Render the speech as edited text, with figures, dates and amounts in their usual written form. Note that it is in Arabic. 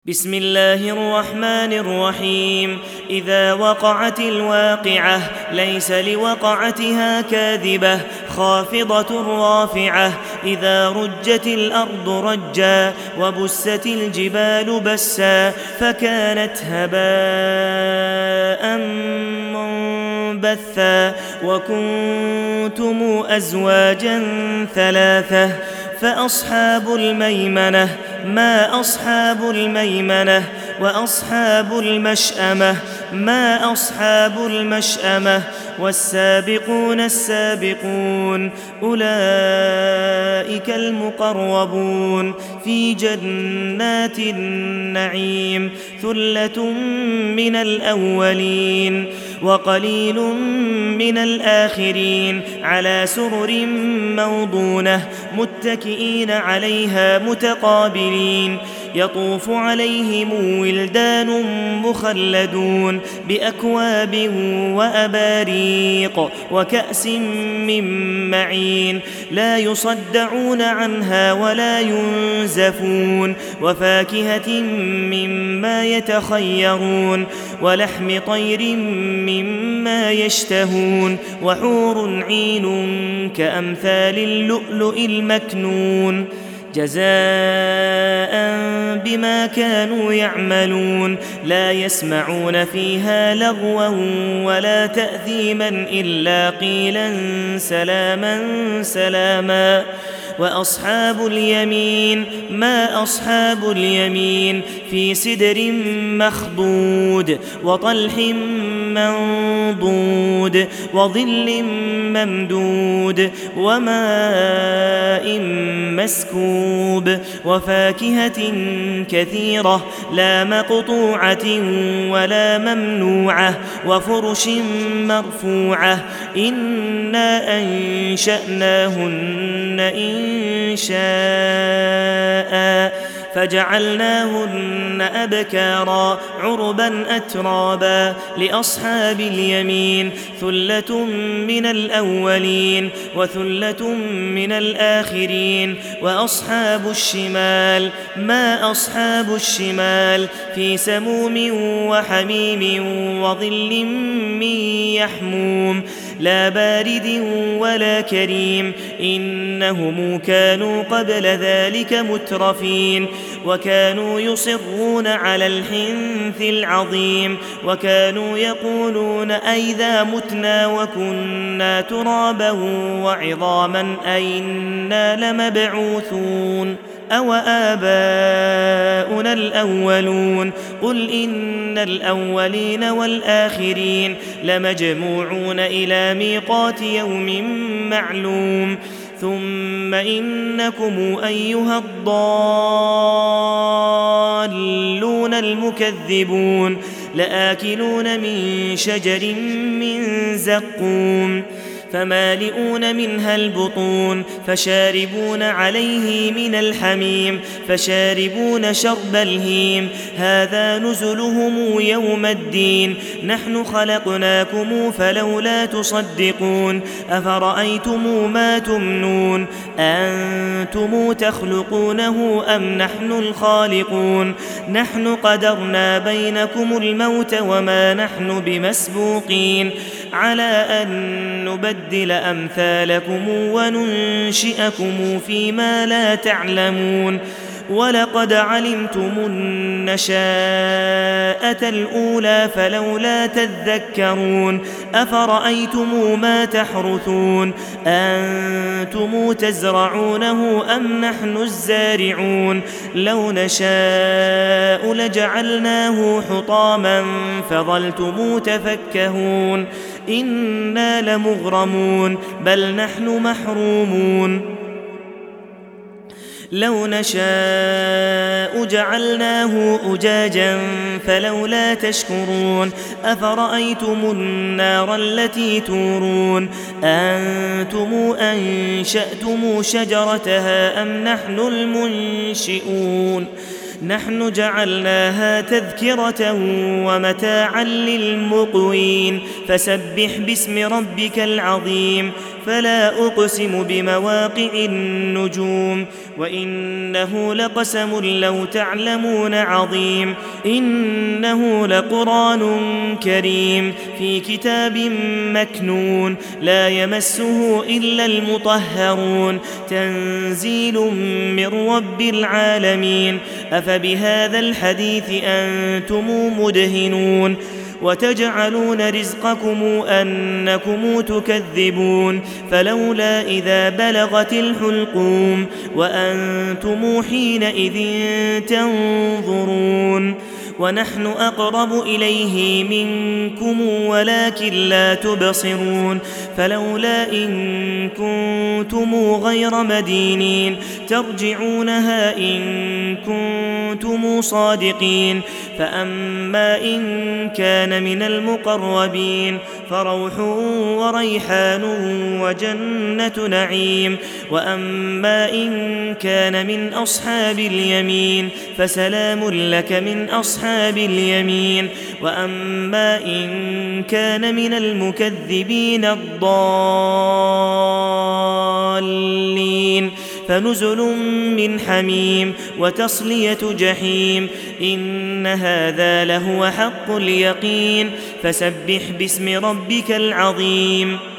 بسم الله الرحمن الرحيم. إذا وقعت الواقعة ليس لوقعتها كاذبة خافضة رافعة. إذا رجت الأرض رجا وبست الجبال بسا فكانت هباء منبثا وكنتم أزواجا ثلاثة فأصحاب الميمنة ما أصحاب الميمنة وأصحاب المشأمة ما أصحاب المشأمة والسابقون السابقون أولئك المقربون في جنات النعيم ثلة من الأولين وقليل من الآخرين على سرر موضونة متكئين عليها متقابلين يطوف عليهم ولدان مخلدون بأكواب وأباريق وكأس من معين لا يصدعون عنها ولا ينزفون وفاكهة مما يتخيرون ولحم طير مما يشتهون وحور عين كأمثال اللؤلؤ المكنون جزاء بما كانوا يعملون لا يسمعون فيها لغوا ولا تأثيما إلا قيلا سلاما سلاما. وأصحاب اليمين ما أصحاب اليمين في سدر مخضود وطلح منضود وظل ممدود وماء مسكوب وفاكهة كثيرة لا مقطوعة ولا ممنوعة وفرش مرفوعة إنا أنشأناهن إنشاء فجعلناهن أبكارا عربا أترابا لأصحاب اليمين ثلة من الأولين وثلة من الآخرين. وأصحاب الشمال ما أصحاب الشمال في سموم وحميم وظل من يحموم لا بارد ولا كريم إنهم كانوا قبل ذلك مترفين وكانوا يصرون على الحنث العظيم وكانوا يقولون أئذا متنا وكنا ترابا وعظاما أئنا لمبعوثون أو آباؤنا الأولون قل إن الأولين والآخرين لمجموعون إلى ميقات يوم معلوم ثم إنكم أيها الضالون المكذبون لآكلون من شجر من زقوم فمالئون منها البطون فشاربون عليه من الحميم فشاربون شرب الهيم هذا نزلهم يوم الدين نحن خلقناكم فلولا تصدقون أفرأيتم ما تمنون أنتم تخلقونه أم نحن الخالقون نحن قدرنا بينكم الموت وما نحن بمسبوقين على أن نبدل أمثالكم وننشئكم فيما لا تعلمون ولقد علمتم النشاءة الأولى فلولا تذكرون أفرأيتم ما تحرثون أنتم تزرعونه أم نحن الزارعون لو نشاء لجعلناه حطاما فظلتم تفكهون إنا لمغرمون بل نحن محرومون لو نشاء جعلناه أجاجا فلولا تشكرون أفرأيتم النار التي تورون أنتم أنشأتم شجرتها أم نحن المنشئون نحن جعلناها تذكرة ومتاعا للمقوين فسبح باسم ربك العظيم فلا أقسم بمواقع النجوم وإنه لقسم لو تعلمون عظيم إنه لقرآن كريم في كتاب مكنون لا يمسه إلا المطهرون تنزيل من رب العالمين أفبهذا الحديث أنتم مدهنون وتجعلون رزقكم أنكم تكذبون فلولا إذا بلغت الحلقوم وأنتم حينئذ تنظرون ونحن أقرب إليه منكم ولكن لا تبصرون فلولا إن كنتم غير مدينين ترجعونها إن كنتم صادقين فأما إن كان من المقربين فروح وريحان وجنة نعيم وأما إن كان من أصحاب اليمين فسلام لك من أصحاب اليمين وأما إن كان من المكذبين الضالين فنزل من حميم وتصلية جحيم إن هذا لهو حق اليقين فسبح باسم ربك العظيم